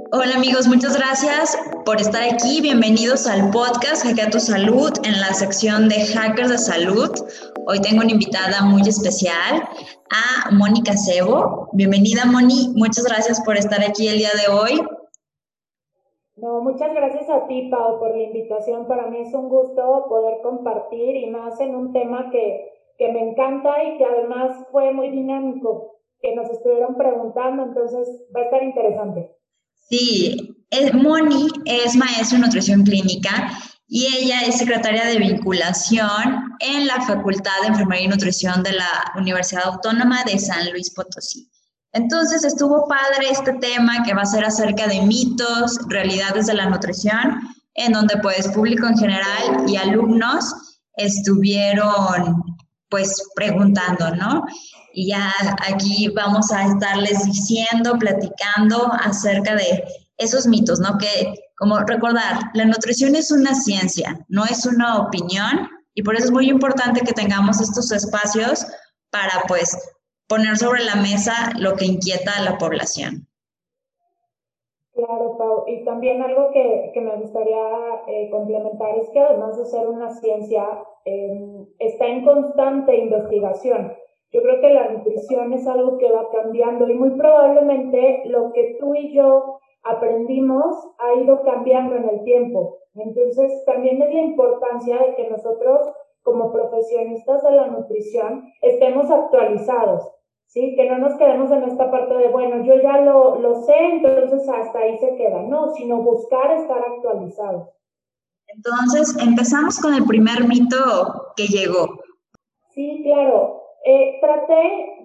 Hola amigos, muchas gracias por estar aquí. Bienvenidos al podcast Hackea tu Salud en la sección de Hackers de Salud. Hoy tengo una invitada muy especial, a Mónica Sebo. Bienvenida Moni, muchas gracias por estar aquí el día de hoy. No, muchas gracias a ti, Pau, por la invitación. Para mí es un gusto poder compartir y más en un tema que me encanta y que además fue muy dinámico, que nos estuvieron preguntando, entonces va a estar interesante. Sí, Moni es maestra en nutrición clínica y ella es secretaria de vinculación en la Facultad de Enfermería y Nutrición de la Universidad Autónoma de San Luis Potosí. Entonces estuvo padre este tema que va a ser acerca de mitos, realidades de la nutrición, en donde pues público en general y alumnos estuvieron pues preguntando, ¿no? Y ya aquí vamos a estarles diciendo, platicando acerca de esos mitos, ¿no? Que, como recordar, la nutrición es una ciencia, no es una opinión, y por eso es muy importante que tengamos estos espacios para, pues, poner sobre la mesa lo que inquieta a la población. Claro, Pau. Y también algo que me gustaría complementar es que además de ser una ciencia, está en constante investigación. Yo creo que la nutrición es algo que va cambiando y muy probablemente lo que tú y yo aprendimos ha ido cambiando en el tiempo. Entonces, también es la importancia de que nosotros, como profesionistas de la nutrición, estemos actualizados. ¿Sí? Que no nos quedemos en esta parte de, bueno, yo ya lo sé, entonces hasta ahí se queda. No, sino buscar estar actualizados. Entonces, empezamos con el primer mito que llegó. Sí, claro. Traté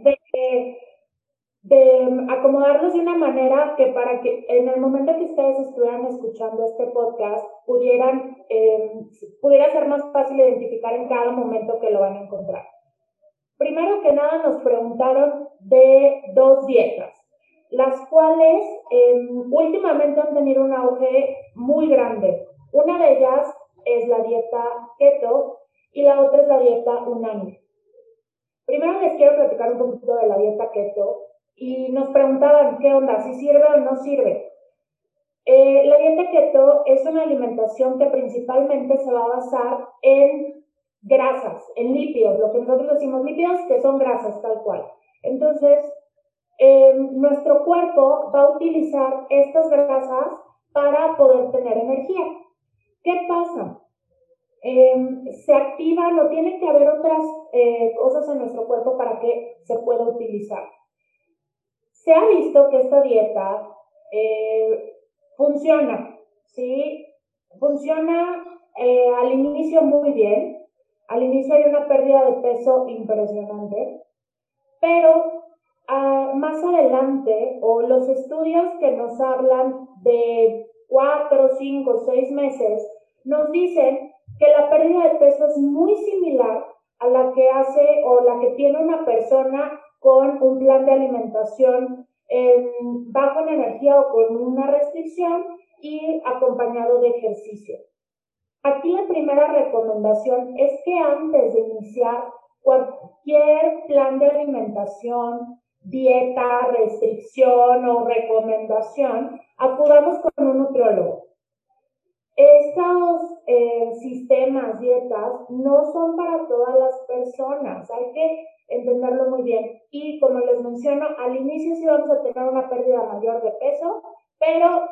de acomodarlos de una manera que para que en el momento que ustedes estuvieran escuchando este podcast pudiera ser más fácil identificar en cada momento que lo van a encontrar. Primero que nada nos preguntaron de dos dietas, las cuales últimamente han tenido un auge muy grande. Una de ellas es la dieta keto y la otra es la dieta unani. Primero les quiero platicar un poquito de la dieta keto y nos preguntaban qué onda, si sirve o no sirve. La dieta keto es una alimentación que principalmente se va a basar en grasas, en lípidos, lo que nosotros decimos lípidos, que son grasas tal cual. Entonces, nuestro cuerpo va a utilizar estas grasas para poder tener energía. ¿Qué pasa? Se activa, no tiene que haber otras cosas en nuestro cuerpo para que se pueda utilizar. Se ha visto que esta dieta funciona, ¿sí? Funciona al inicio muy bien. Al inicio hay una pérdida de peso impresionante, pero más adelante, o los estudios que nos hablan de 4, 5, 6 meses, nos dicen que la pérdida de peso es muy similar a la que hace o la que tiene una persona con un plan de alimentación bajo en energía o con una restricción y acompañado de ejercicio. Aquí la primera recomendación es que antes de iniciar cualquier plan de alimentación, dieta, restricción o recomendación, acudamos con un nutriólogo. Estos sistemas, dietas, no son para todas las personas, hay que entenderlo muy bien. Y como les menciono, al inicio sí vamos a tener una pérdida mayor de peso, pero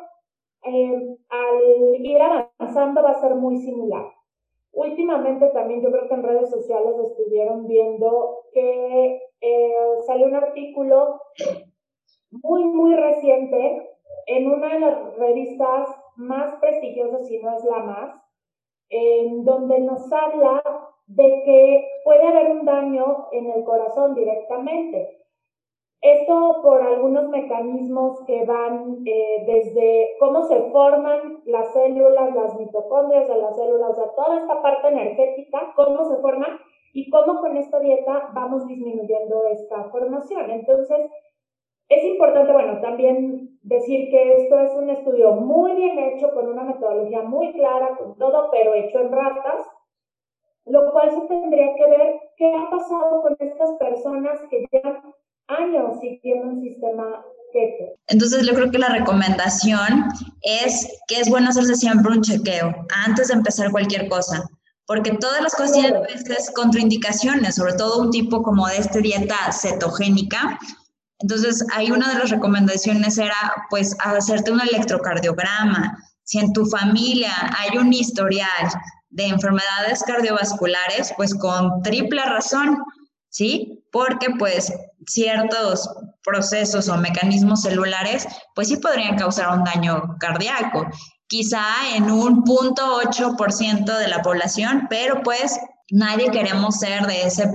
al ir avanzando va a ser muy similar. Últimamente también yo creo que en redes sociales estuvieron viendo que salió un artículo muy reciente en una de las revistas más prestigiosas, si no es la más, en donde nos habla de que puede haber un daño en el corazón directamente. Esto por algunos mecanismos que van desde cómo se forman las células, las mitocondrias de las células, o sea, toda esta parte energética, cómo se forma y cómo con esta dieta vamos disminuyendo esta formación. Entonces, es importante, bueno, también decir que esto es un estudio muy bien hecho, con una metodología muy clara, con todo, pero hecho en ratas, lo cual se tendría que ver qué ha pasado con estas personas que llevan años siguiendo un sistema keto. Entonces yo creo que la recomendación es que es bueno hacerse siempre un chequeo antes de empezar cualquier cosa, porque todas las cosas tienen a veces contraindicaciones, sobre todo un tipo como de esta dieta cetogénica. Entonces, ahí una de las recomendaciones era, pues, hacerte un electrocardiograma. Si en tu familia hay un historial de enfermedades cardiovasculares, pues con triple razón, ¿sí? Porque, pues, ciertos procesos o mecanismos celulares, pues sí podrían causar un daño cardíaco. Quizá en un 0.8% de la población, pero pues nadie queremos ser de ese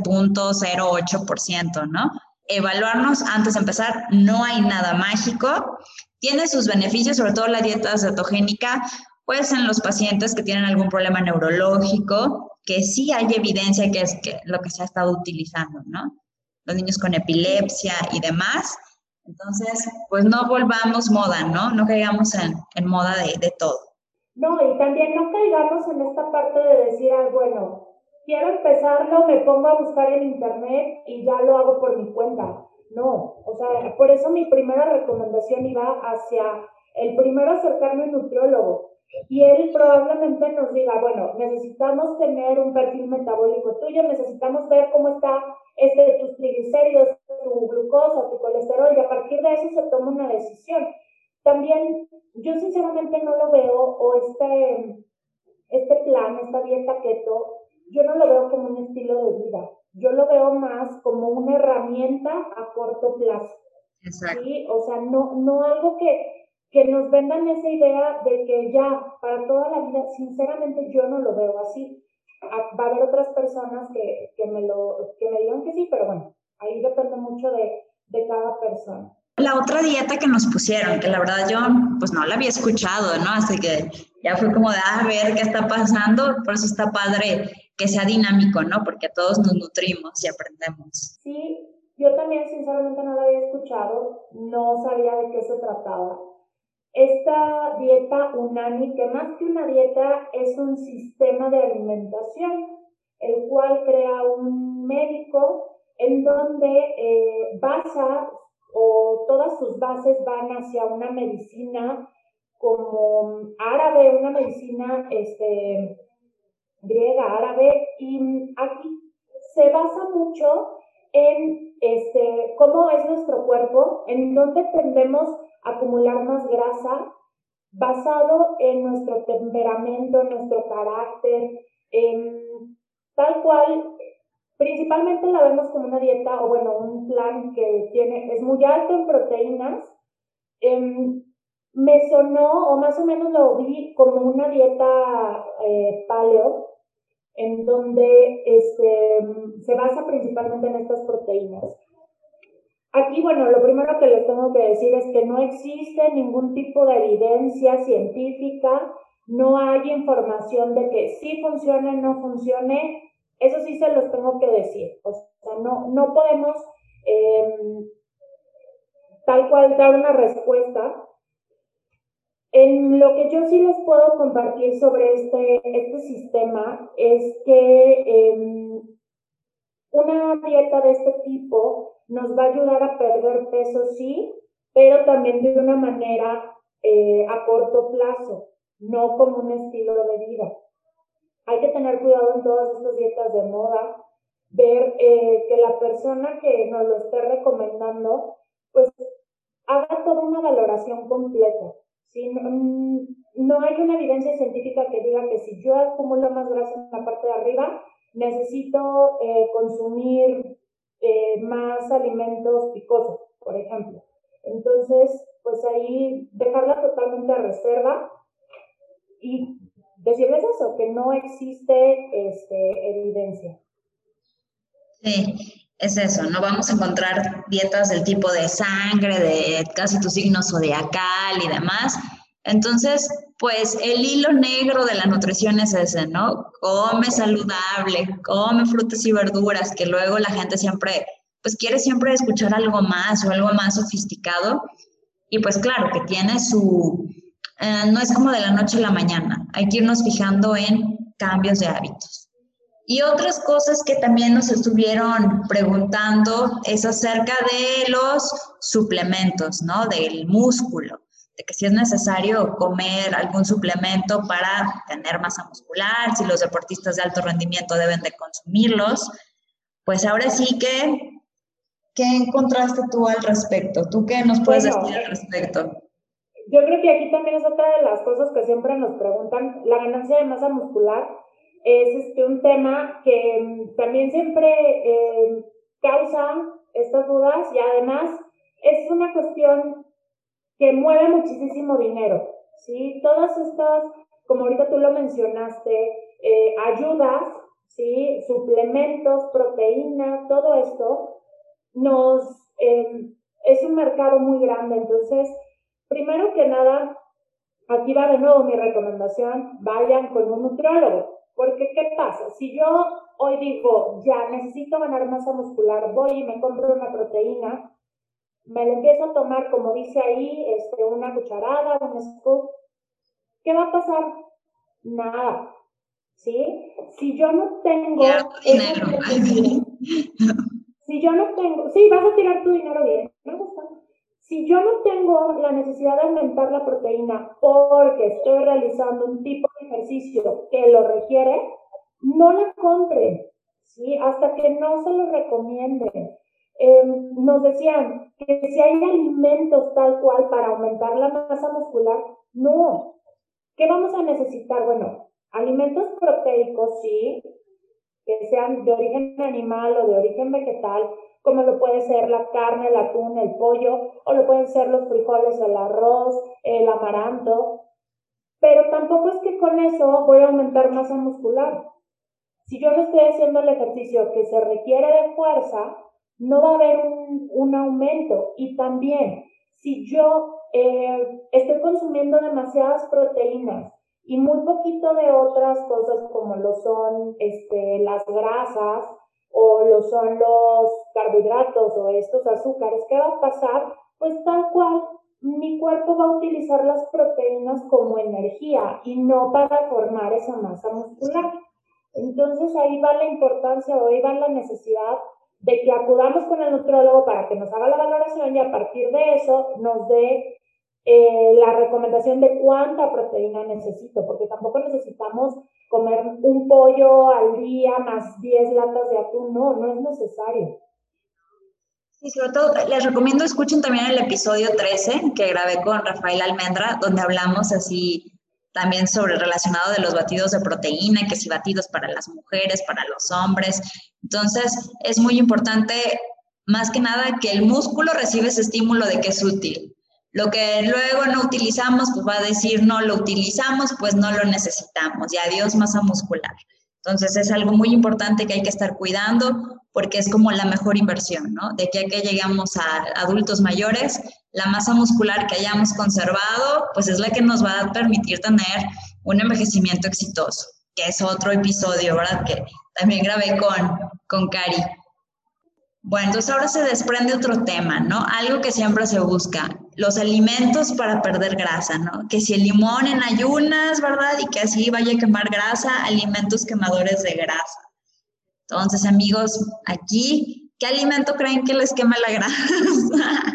0.08%, ¿no? Evaluarnos antes de empezar, no hay nada mágico, tiene sus beneficios, sobre todo la dieta cetogénica, pues en los pacientes que tienen algún problema neurológico, que sí hay evidencia que es lo que se ha estado utilizando, ¿no? Los niños con epilepsia y demás. Entonces, pues no volvamos moda, ¿no? No caigamos en moda de todo. No, y también no caigamos en esta parte de decir, bueno, quiero empezarlo, me pongo a buscar en internet y ya lo hago por mi cuenta. No, o sea, por eso mi primera recomendación iba hacia el primero acercarme a un nutriólogo. Y él probablemente nos diga, bueno, necesitamos tener un perfil metabólico tuyo, necesitamos ver cómo está tus triglicéridos, tu glucosa, tu colesterol, y a partir de eso se toma una decisión. También, yo sinceramente no lo veo, o este plan, esta dieta keto, yo no lo veo como un estilo de vida. Yo lo veo más como una herramienta a corto plazo. Exacto. ¿Sí? O sea, no algo que nos vendan esa idea de que ya, para toda la vida, sinceramente yo no lo veo así. Va a haber otras personas que me digan que sí, pero bueno, ahí depende mucho de cada persona. La otra dieta que nos pusieron, que la verdad yo pues no la había escuchado, ¿no? Así que ya fue como de, a ver qué está pasando, por eso está padre que sea dinámico, ¿no? Porque todos nos nutrimos y aprendemos. Sí, yo también sinceramente no la había escuchado, no sabía de qué se trataba. Esta dieta Unani, que más que una dieta es un sistema de alimentación, el cual crea un médico en donde basa o todas sus bases van hacia una medicina como árabe, una medicina griega, árabe, y aquí se basa mucho en cómo es nuestro cuerpo, en dónde tendemos a acumular más grasa, basado en nuestro temperamento, en nuestro carácter, tal cual. Principalmente la vemos como una dieta, o bueno, un plan que es muy alto en proteínas. Me sonó, o más o menos lo vi como una dieta paleo, en donde se basa principalmente en estas proteínas. Aquí, bueno, lo primero que les tengo que decir es que no existe ningún tipo de evidencia científica, no hay información de que sí funcione, no funcione. Eso sí se los tengo que decir. O sea, no podemos tal cual dar una respuesta. En lo que yo sí les puedo compartir sobre este sistema es que una dieta de este tipo nos va a ayudar a perder peso, sí, pero también de una manera a corto plazo, no como un estilo de vida. Hay que tener cuidado en todas estas dietas de moda, ver que la persona que nos lo esté recomendando, pues haga toda una valoración completa. ¿Sí? No hay una evidencia científica que diga que si yo acumulo más grasa en la parte de arriba, necesito consumir más alimentos picosos, por ejemplo. Entonces, pues ahí dejarla totalmente a reserva y decirles eso, que no existe evidencia. Sí, es eso, no vamos a encontrar dietas del tipo de sangre, de casi tu signo zodiacal y demás. Entonces, pues el hilo negro de la nutrición es ese, ¿no? Come saludable, come frutas y verduras, que luego la gente siempre, pues quiere siempre escuchar algo más o algo más sofisticado. Y pues claro, que tiene no es como de la noche a la mañana, hay que irnos fijando en cambios de hábitos. Y otras cosas que también nos estuvieron preguntando es acerca de los suplementos, ¿no? Del músculo, de que si es necesario comer algún suplemento para tener masa muscular, si los deportistas de alto rendimiento deben de consumirlos. Pues ahora sí que, ¿qué encontraste tú al respecto? ¿Tú qué nos puedes decir al respecto? Yo creo que aquí también es otra de las cosas que siempre nos preguntan. La ganancia de masa muscular es un tema que también siempre causa estas dudas, y además es una cuestión que mueve muchísimo dinero, ¿sí? Todas estas, como ahorita tú lo mencionaste, ayudas, ¿sí? Suplementos, proteína, todo esto es un mercado muy grande. Entonces, primero que nada, aquí va de nuevo mi recomendación: vayan con un nutriólogo. Porque, ¿qué pasa? Si yo hoy digo, ya necesito ganar masa muscular, voy y me compro una proteína, me la empiezo a tomar, como dice ahí, una cucharada, un scoop, ¿qué va a pasar? Nada, ¿sí? Si yo no tengo esa necesidad, si yo no tengo, sí, vas a tirar tu dinero bien, me gusta. Si yo no tengo la necesidad de aumentar la proteína porque estoy realizando un tipo de ejercicio que lo requiere, no la compre, ¿sí? Hasta que no se lo recomiende. Nos decían que si hay alimentos tal cual para aumentar la masa muscular, no. ¿Qué vamos a necesitar? Bueno, alimentos proteicos, sí, que sean de origen animal o de origen vegetal, como lo puede ser la carne, el atún, el pollo, o lo pueden ser los frijoles, el arroz, el amaranto. Pero tampoco es que con eso voy a aumentar masa muscular. Si yo no estoy haciendo el ejercicio que se requiere de fuerza, no va a haber un aumento. Y también, si yo estoy consumiendo demasiadas proteínas y muy poquito de otras cosas como lo son las grasas o lo son los carbohidratos o estos azúcares, ¿qué va a pasar? Pues tal cual, mi cuerpo va a utilizar las proteínas como energía y no para formar esa masa muscular. Entonces ahí va la importancia, o ahí va la necesidad de que acudamos con el nutriólogo para que nos haga la valoración y a partir de eso nos dé la recomendación de cuánta proteína necesito, porque tampoco necesitamos comer un pollo al día más 10 latas de atún, no, no es necesario. Y sobre todo, les recomiendo escuchen también el episodio 13 que grabé con Rafael Almendra, donde hablamos así también sobre relacionado de los batidos de proteína, que si batidos para las mujeres, para los hombres. Entonces, es muy importante, más que nada, que el músculo reciba ese estímulo de que es útil. Lo que luego no utilizamos, pues va a decir no lo utilizamos, pues no lo necesitamos. Y adiós masa muscular. Entonces es algo muy importante que hay que estar cuidando porque es como la mejor inversión, ¿no? De que llegamos a adultos mayores, la masa muscular que hayamos conservado, pues es la que nos va a permitir tener un envejecimiento exitoso, que es otro episodio, ¿verdad? Que también grabé con Cari. Bueno, entonces ahora se desprende otro tema, ¿no? Algo que siempre se busca, los alimentos para perder grasa, ¿no? Que si el limón en ayunas, ¿verdad? Y que así vaya a quemar grasa, alimentos quemadores de grasa. Entonces, amigos, aquí, ¿qué alimento creen que les quema la grasa?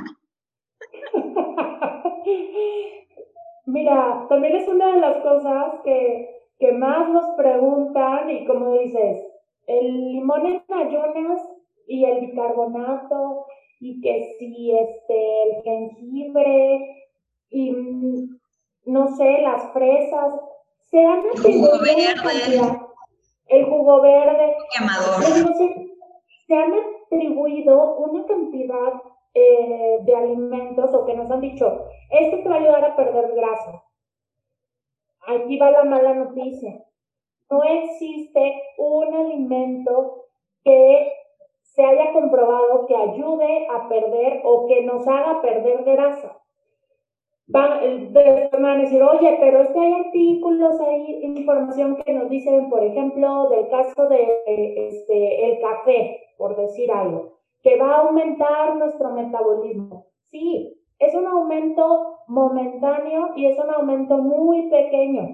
Mira, también es una de las cosas que más nos preguntan, y como dices, el limón en ayunas y el bicarbonato, y que si el jengibre, y no sé, las fresas, se han atribuido una cantidad, el jugo verde, Quemador. les digo, se han atribuido una cantidad de alimentos, o que nos han dicho, esto te va a ayudar a perder grasa. Aquí va la mala noticia. No existe un alimento que se haya comprobado que ayude a perder o que nos haga perder grasa. Van a decir, oye, pero es que hay artículos, hay información que nos dicen, por ejemplo, del caso de el café, por decir algo, que va a aumentar nuestro metabolismo. Sí, es un aumento momentáneo y es un aumento muy pequeño.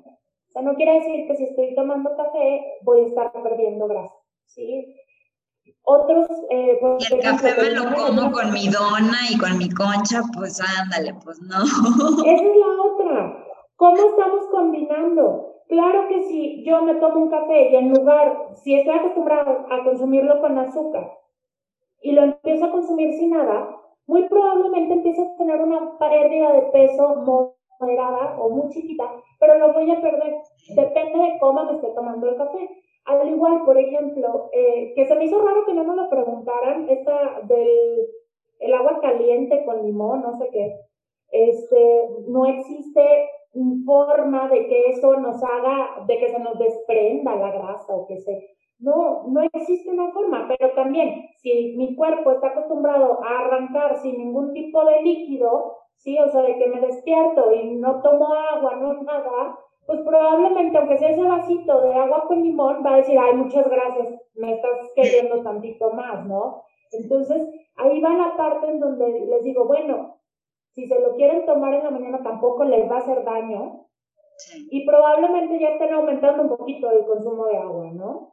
O sea, no quiere decir que si estoy tomando café voy a estar perdiendo grasa, ¿sí? Otros, por Y el ejemplo, café que me lo vienen en como algunas... con mi dona y con mi concha, pues ándale, pues no. Esa es la otra. ¿Cómo estamos combinando? Claro que si yo me tomo un café y en lugar, si estoy acostumbrada a consumirlo con azúcar y lo empiezo a consumir sin nada, muy probablemente empiece a tener una pérdida de peso moderada o muy chiquita, pero lo voy a perder. Depende de cómo me esté tomando el café. Al igual, por ejemplo, que se me hizo raro que no me lo preguntaran, esta del el agua caliente con limón, no sé qué. No existe forma de que eso nos haga, de que se nos desprenda la grasa o que se... No existe una forma, pero también si mi cuerpo está acostumbrado a arrancar sin ningún tipo de líquido, ¿sí? O sea, de que me despierto y no tomo agua, no nada, pues probablemente, aunque sea ese vasito de agua con limón, va a decir, ay, muchas gracias, me estás queriendo tantito más, ¿no? Entonces, ahí va la parte en donde les digo, bueno, si se lo quieren tomar en la mañana tampoco les va a hacer daño y probablemente ya estén aumentando un poquito el consumo de agua, ¿no?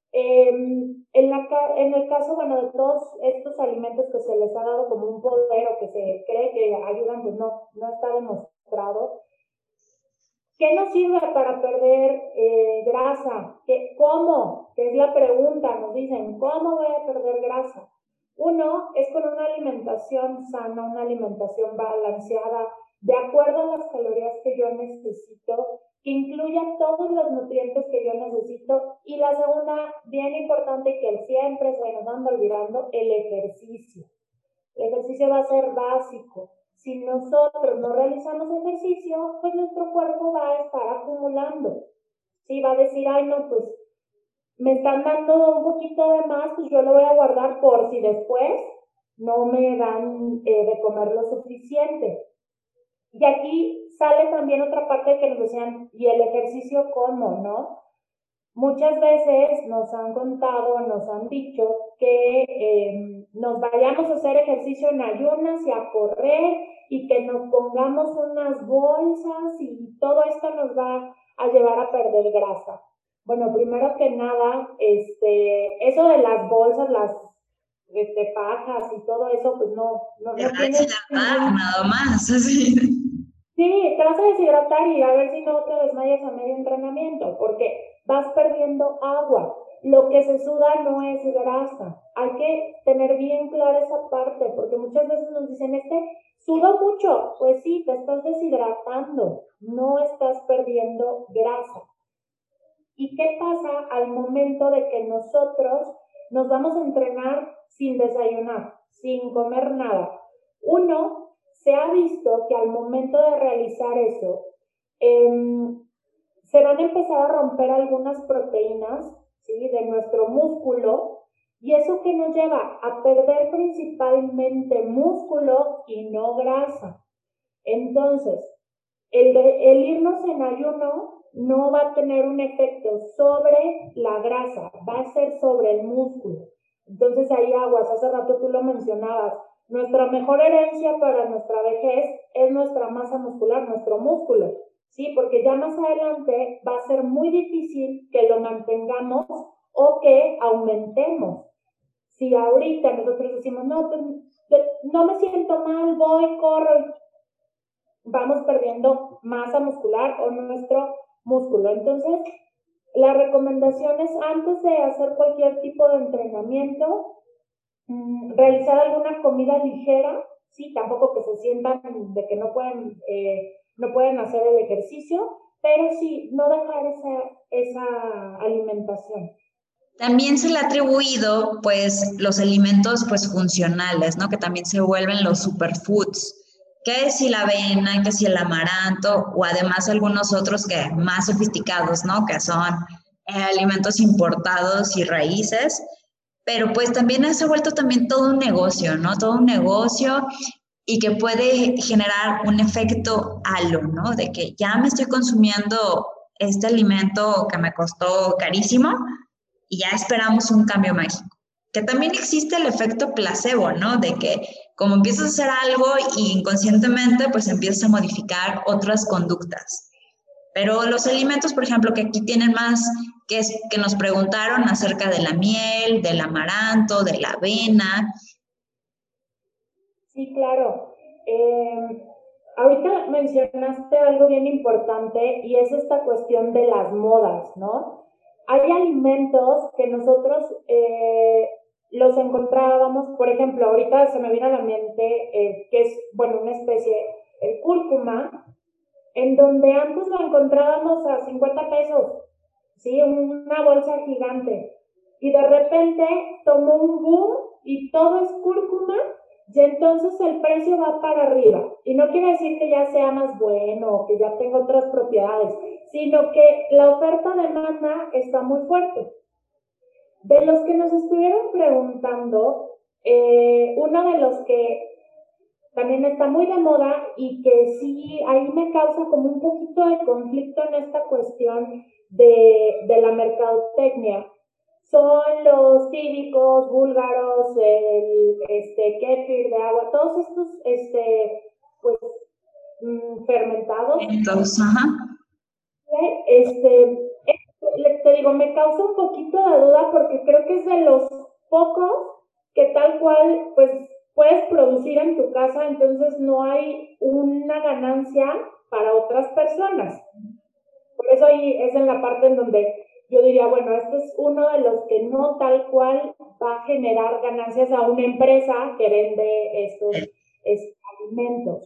En el caso, bueno, de todos estos alimentos que se les ha dado como un poder o que se cree que ayudan, pues no está demostrado. ¿Qué nos sirve para perder grasa? ¿Cómo? Que es la pregunta, nos dicen, ¿cómo voy a perder grasa? Uno es con una alimentación sana, una alimentación balanceada, de acuerdo a las calorías que yo necesito, que incluya todos los nutrientes que yo necesito. Y la segunda, bien importante, que siempre se nos anda olvidando, el ejercicio. El ejercicio va a ser básico. Si nosotros no realizamos ejercicio, pues nuestro cuerpo va a estar acumulando. Sí, va a decir, ay, no, pues me están dando un poquito de más, pues yo lo voy a guardar por si después no me dan de comer lo suficiente. Y aquí sale también otra parte que nos decían, ¿y el ejercicio cómo, no? Muchas veces nos han contado, nos han dicho que nos vayamos a hacer ejercicio en ayunas y a correr y que nos pongamos unas bolsas y todo esto nos va a llevar a perder grasa. Bueno, primero que nada, eso de las bolsas, las fajas y todo eso, pues no Te va a tiene deshidratar ningún... nada más, así. Sí, te vas a deshidratar y a ver si no te desmayas a medio entrenamiento, porque vas perdiendo agua. Lo que se suda no es grasa. Hay que tener bien clara esa parte, porque muchas veces nos dicen, sudo mucho. Pues sí, te estás deshidratando, no estás perdiendo grasa. ¿Y qué pasa al momento de que nosotros nos vamos a entrenar sin desayunar, sin comer nada? Uno, se ha visto que al momento de realizar eso, se van a empezar a romper algunas proteínas, ¿sí?, de nuestro músculo, y eso que nos lleva a perder principalmente músculo y no grasa. Entonces, el irnos en ayuno no va a tener un efecto sobre la grasa, va a ser sobre el músculo. Entonces ahí aguas, hace rato tú lo mencionabas, nuestra mejor herencia para nuestra vejez es nuestra masa muscular, nuestro músculo, ¿sí? Porque ya más adelante va a ser muy difícil que lo mantengamos o que aumentemos. Si ahorita nosotros decimos, no, pues no me siento mal, voy, corro, vamos perdiendo masa muscular o nuestro músculo. Entonces, la recomendación es antes de hacer cualquier tipo de entrenamiento, realizar alguna comida ligera, sí, tampoco que se sientan de que no pueden hacer el ejercicio, pero sí, no dejar esa alimentación. También se le ha atribuido, pues, los alimentos, pues, funcionales, ¿no? Que también se vuelven los superfoods. Que si la avena, que si el amaranto, o además algunos otros que más sofisticados, ¿no? Que son alimentos importados y raíces. Pero pues también se ha vuelto también todo un negocio, ¿no? Todo un negocio y que puede generar un efecto halo, ¿no? De que ya me estoy consumiendo este alimento que me costó carísimo y ya esperamos un cambio mágico. Que también existe el efecto placebo, ¿no? De que como empiezas a hacer algo y inconscientemente pues empiezas a modificar otras conductas. Pero los alimentos, por ejemplo, que aquí tienen más, que nos preguntaron acerca de la miel, del amaranto, de la avena. Sí, claro. Ahorita mencionaste algo bien importante y es esta cuestión de las modas, ¿no? Hay alimentos que nosotros los encontrábamos, por ejemplo, ahorita se me viene a la mente que es, bueno, una especie, el cúrcuma, en donde antes lo encontrábamos a 50 pesos, ¿sí? Una bolsa gigante. Y de repente tomó un boom y todo es cúrcuma y entonces el precio va para arriba. Y no quiere decir que ya sea más bueno o que ya tenga otras propiedades, sino que la oferta-demanda está muy fuerte. De los que nos estuvieron preguntando, uno de los que también está muy de moda y que sí, ahí me causa como un poquito de conflicto en esta cuestión de la mercadotecnia. Son los típicos búlgaros, el kéfir de agua, todos estos pues, fermentados. Entonces, ajá. Te digo, me causa un poquito de duda porque creo que es de los pocos que tal cual, pues, puedes producir en tu casa, entonces no hay una ganancia para otras personas. Por eso ahí es en la parte en donde yo diría, bueno, este es uno de los que no tal cual va a generar ganancias a una empresa que vende estos alimentos.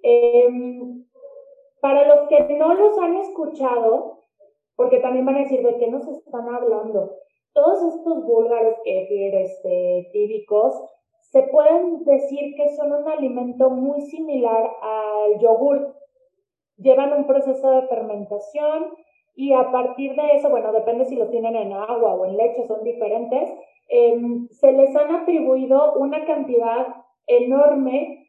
Para los que no los han escuchado, porque también van a decir de qué nos están hablando, todos estos búlgaros kefir típicos se pueden decir que son un alimento muy similar al yogur. Llevan un proceso de fermentación y a partir de eso, bueno, depende si lo tienen en agua o en leche, son diferentes, se les han atribuido una cantidad enorme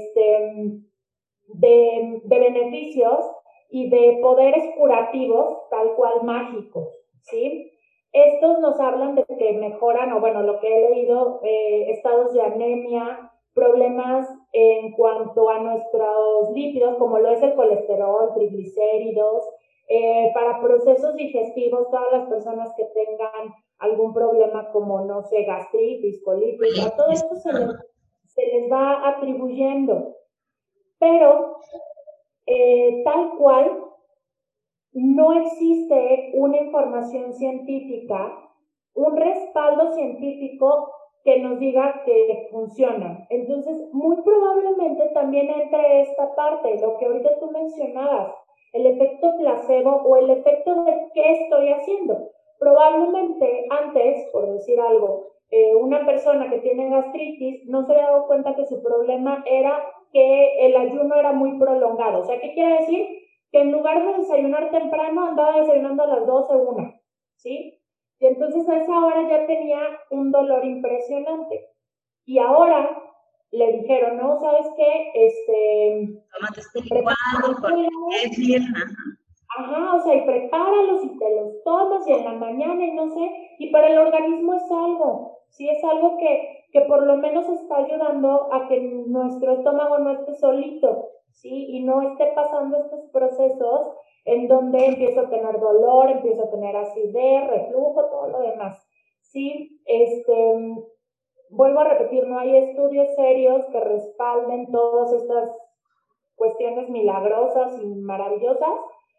de beneficios y de poderes curativos, tal cual mágicos, ¿sí? Estos nos hablan de que mejoran, o bueno, lo que he leído, estados de anemia, problemas en cuanto a nuestros lípidos, como lo es el colesterol, triglicéridos, para procesos digestivos, todas las personas que tengan algún problema como, no sé, gastritis, colitis, a todo esto se les va atribuyendo. Pero tal cual no existe una información científica, un respaldo científico que nos diga que funciona. Entonces, muy probablemente también entre esta parte, lo que ahorita tú mencionabas, el efecto placebo o el efecto de qué estoy haciendo. Probablemente antes, por decir algo, una persona que tiene gastritis no se había dado cuenta que su problema era que el ayuno era muy prolongado. O sea, ¿qué quiere decir? Que en lugar de desayunar temprano, andaba desayunando a las 12, 1, ¿sí? Y entonces a esa hora ya tenía un dolor impresionante. Y ahora le dijeron, no, ¿sabes qué? Tómate este licuado con kéfir. Ajá, o sea, y prepáralos y te los tomas y en la mañana y no sé, y para el organismo es algo, sí, es algo que por lo menos está ayudando a que nuestro estómago no esté solito, sí, y no esté pasando estos procesos en donde empiezo a tener dolor, empiezo a tener acidez, reflujo, todo lo demás, sí, vuelvo a repetir, no hay estudios serios que respalden todas estas cuestiones milagrosas y maravillosas,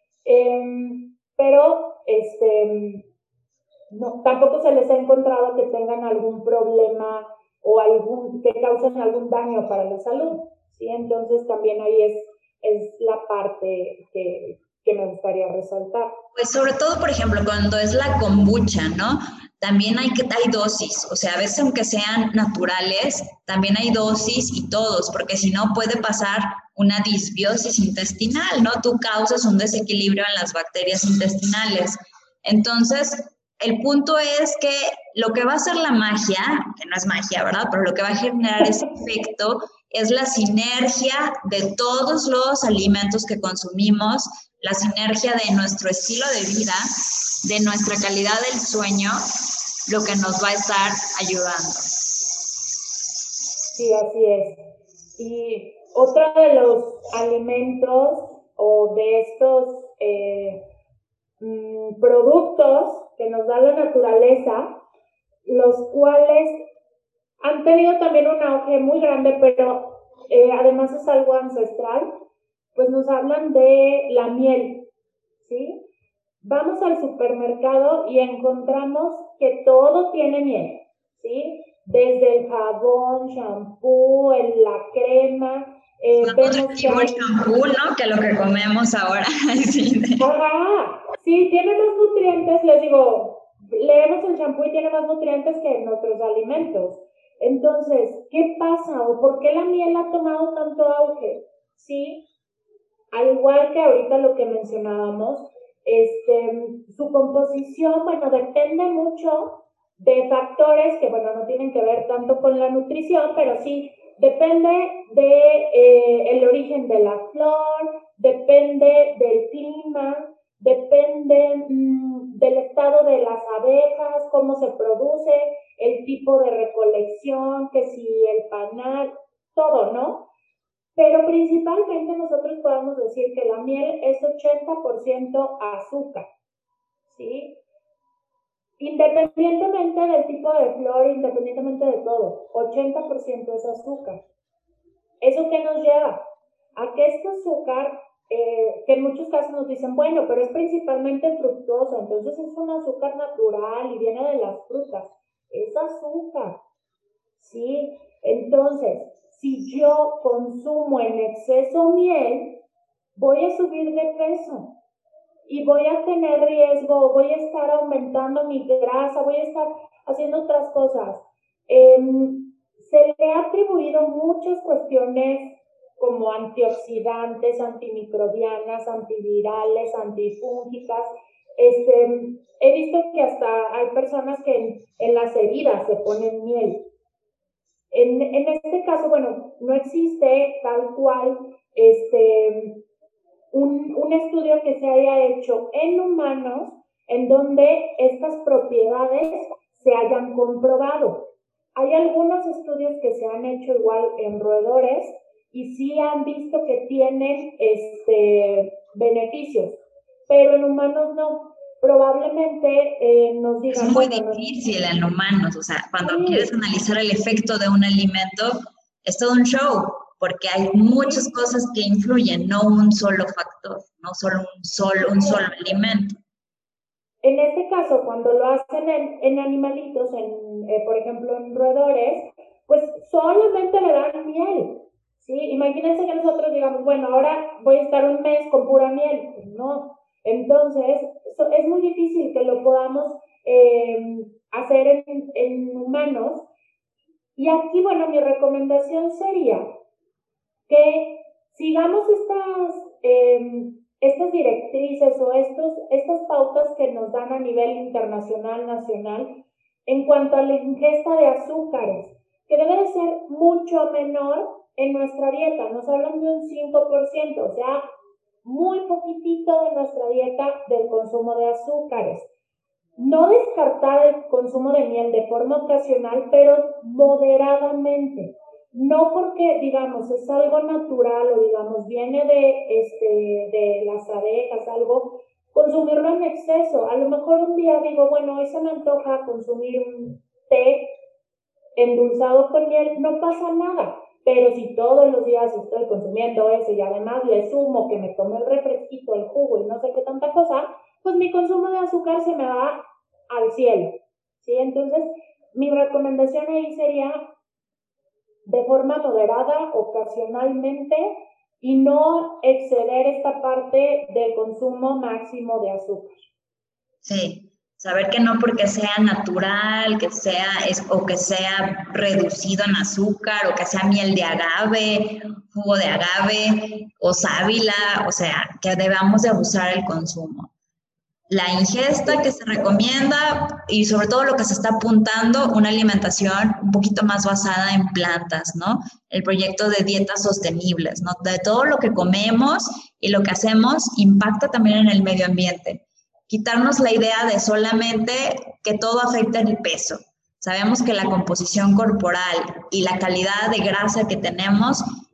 pero no, tampoco se les ha encontrado que tengan algún problema o que causen algún daño para la salud, ¿sí? Entonces también ahí es la parte que me gustaría resaltar. Pues sobre todo, por ejemplo, cuando es la kombucha, ¿no? También hay dosis, o sea, a veces aunque sean naturales, también hay dosis y todos, porque si no puede pasar una disbiosis intestinal, ¿no? Tú causas un desequilibrio en las bacterias intestinales. Entonces, el punto es que lo que va a hacer la magia, que no es magia, ¿verdad? Pero lo que va a generar ese efecto es la sinergia de todos los alimentos que consumimos, la sinergia de nuestro estilo de vida, de nuestra calidad del sueño, lo que nos va a estar ayudando. Sí, así es. Y otro de los alimentos o de estos productos que nos da la naturaleza, los cuales han tenido también un auge muy grande, pero además es algo ancestral, pues nos hablan de la miel, ¿sí? Vamos al supermercado y encontramos que todo tiene miel, ¿sí? Desde el jabón, shampoo, la crema, vemos que hay... shampoo, ¿no? Que lo que comemos ahora. Sí. Ajá, sí, tiene más nutrientes, les digo, leemos el shampoo y tiene más nutrientes que nuestros alimentos. Entonces, ¿qué pasa? ¿O por qué la miel ha tomado tanto auge? Sí, al igual que ahorita lo que mencionábamos, su composición, bueno, depende mucho de factores que, bueno, no tienen que ver tanto con la nutrición, pero sí depende de el origen de la flor, depende del clima, depende del estado de las abejas, cómo se produce, el tipo de recolección, que si el panal, todo, ¿no? Pero principalmente nosotros podemos decir que la miel es 80% azúcar, ¿sí? Independientemente del tipo de flor, independientemente de todo, 80% es azúcar. ¿Eso qué nos lleva? A que este azúcar, que en muchos casos nos dicen, bueno, pero es principalmente fructoso, entonces es un azúcar natural y viene de las frutas. Es azúcar, ¿sí? Entonces, si yo consumo en exceso miel, voy a subir de peso y voy a tener riesgo, voy a estar aumentando mi grasa, voy a estar haciendo otras cosas. Se le ha atribuido muchas cuestiones como antioxidantes, antimicrobianas, antivirales, antifúngicas. He visto que hasta hay personas que en las heridas se ponen miel. En este caso, bueno, no existe tal cual un estudio que se haya hecho en humanos en donde estas propiedades se hayan comprobado. Hay algunos estudios que se han hecho igual en roedores y sí han visto que tienen beneficios, pero en humanos no. Probablemente nos digan... Es muy difícil en humanos, o sea, cuando quieres analizar el efecto de un alimento, es todo un show, porque hay muchas cosas que influyen, no un solo factor, no solo un solo alimento. En este caso, cuando lo hacen en animalitos, por ejemplo en roedores, pues solamente le dan miel, ¿sí? Imagínense que nosotros digamos, bueno, ahora voy a estar un mes con pura miel. Pues no. Entonces, es muy difícil que lo podamos hacer en humanos. Y aquí, bueno, mi recomendación sería que sigamos estas directrices o estas pautas que nos dan a nivel internacional, nacional, en cuanto a la ingesta de azúcares, que debe de ser mucho menor en nuestra dieta. Nos hablan de un 5%, o sea, muy poquitito de nuestra dieta del consumo de azúcares. No descartar el consumo de miel de forma ocasional, pero moderadamente. No porque, digamos, es algo natural o, digamos, viene de las abejas, algo, consumirlo en exceso. A lo mejor un día digo, bueno, hoy se me antoja consumir un té endulzado con miel, no pasa nada. Pero si todos los días estoy consumiendo eso y además le sumo que me tomo el refresquito, el jugo y no sé qué tanta cosa, pues mi consumo de azúcar se me va al cielo, ¿sí? Entonces, mi recomendación ahí sería de forma moderada, ocasionalmente, y no exceder esta parte del consumo máximo de azúcar. Sí, saber que no porque sea natural, o que sea reducido en azúcar, o que sea miel de agave, jugo de agave o sábila, o sea, que debamos de abusar el consumo. La ingesta que se recomienda y sobre todo lo que se está apuntando, una alimentación un poquito más basada en plantas, ¿no? El proyecto de dietas sostenibles, ¿no? De todo lo que comemos y lo que hacemos impacta también en el medio ambiente. Quitarnos la idea de solamente que todo afecta el peso. Sabemos que la composición corporal y la calidad de grasa que tenemos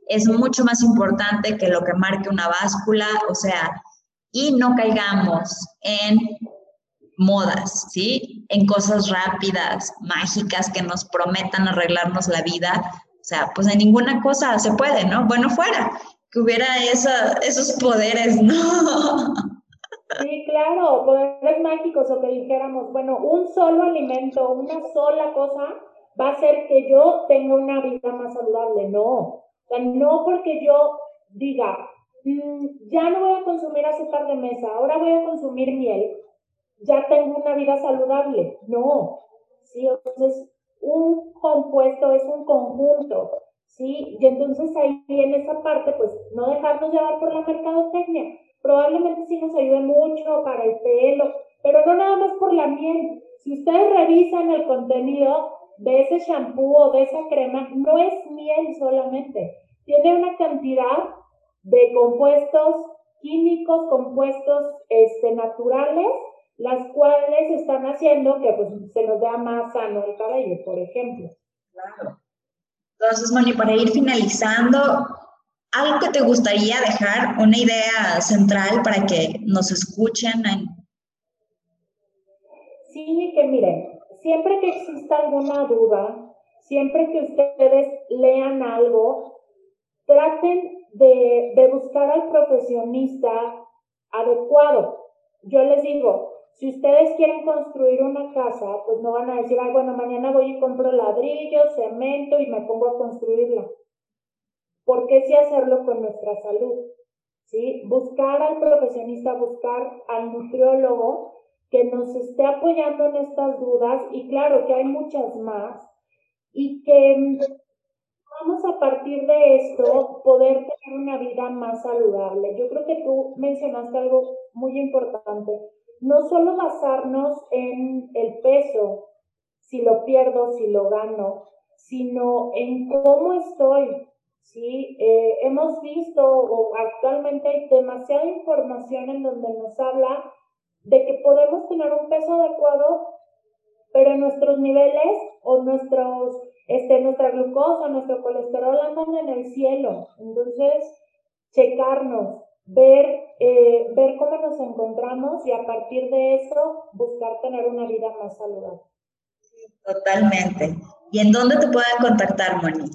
es mucho más importante que lo que marque una báscula, o sea, y no caigamos en modas, ¿sí? En cosas rápidas, mágicas, que nos prometan arreglarnos la vida. O sea, pues en ninguna cosa se puede, ¿no? Bueno, fuera, que hubiera esos poderes, ¿no? Sí, claro, poderes mágicos, o que dijéramos, bueno, un solo alimento, una sola cosa va a hacer que yo tenga una vida más saludable. No, o sea, no porque yo diga, ya no voy a consumir azúcar de mesa, ahora voy a consumir miel, ya tengo una vida saludable. No, sí, entonces un compuesto es un conjunto, sí, y entonces ahí en esa parte, pues no dejarnos llevar por la mercadotecnia. Probablemente sí nos ayude mucho para el pelo, pero no nada más por la miel. Si ustedes revisan el contenido de ese shampoo o de esa crema, no es miel solamente, tiene una cantidad de compuestos químicos, compuestos naturales, las cuales están haciendo que pues, se nos vea más sano el cabello, por ejemplo. Claro. Entonces, Moni, para ir finalizando, ¿algo que te gustaría dejar, una idea central para que nos escuchen? Sí, que miren, siempre que exista alguna duda, siempre que ustedes lean algo, traten de buscar al profesionista adecuado. Yo les digo, si ustedes quieren construir una casa, pues no van a decir, ay, bueno, mañana voy y compro ladrillos, cemento y me pongo a construirla. ¿Por qué sí hacerlo con nuestra salud? ¿Sí? Buscar al profesionista, buscar al nutriólogo que nos esté apoyando en estas dudas, y claro que hay muchas más, y que vamos a partir de esto poder tener una vida más saludable. Yo creo que tú mencionaste algo muy importante. No solo basarnos en el peso, si lo pierdo, si lo gano, sino en cómo estoy. ¿Sí? Hemos visto, o actualmente hay demasiada información en donde nos habla de que podemos tener un peso adecuado, pero nuestros niveles o nuestra glucosa, nuestro colesterol andan en el cielo. Entonces, checarnos, ver cómo nos encontramos, y a partir de eso buscar tener una vida más saludable. Totalmente. ¿Y en dónde te pueden contactar, Moni?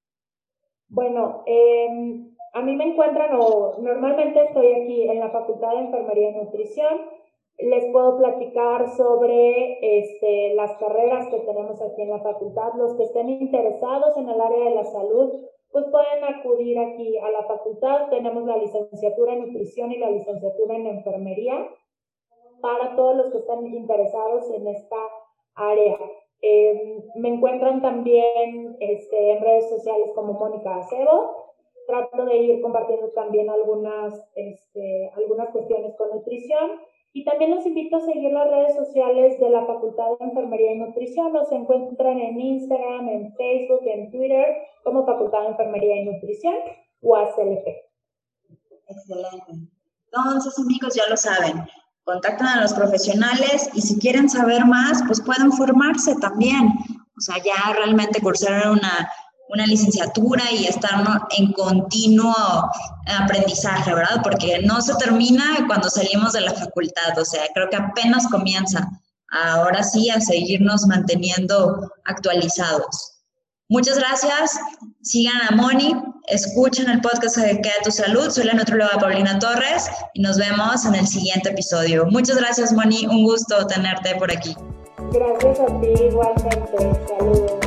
Bueno, a mí me encuentran, o normalmente estoy aquí en la Facultad de Enfermería y Nutrición. Les puedo platicar sobre las carreras que tenemos aquí en la facultad. Los que estén interesados en el área de la salud, pues pueden acudir aquí a la facultad. Tenemos la licenciatura en nutrición y la licenciatura en enfermería para todos los que estén interesados en esta área. Me encuentran también en redes sociales como Mónica Acebo. Trato de ir compartiendo también algunas cuestiones con nutrición. Y también los invito a seguir las redes sociales de la Facultad de Enfermería y Nutrición. Los encuentran en Instagram, en Facebook, en Twitter, como Facultad de Enfermería y Nutrición o ACLP. Excelente. Entonces, amigos, ya lo saben. Contactan a los profesionales, y si quieren saber más, pues pueden formarse también. O sea, ya realmente cursar una licenciatura y estar en continuo aprendizaje, ¿verdad? Porque no se termina cuando salimos de la facultad, o sea, creo que apenas comienza. Ahora sí, a seguirnos manteniendo actualizados. Muchas gracias. Sigan a Moni, escuchen el podcast de Queda tu Salud. Soy la nutrióloga Paulina Torres y nos vemos en el siguiente episodio. Muchas gracias, Moni. Un gusto tenerte por aquí. Gracias a ti, igualmente. Saludos.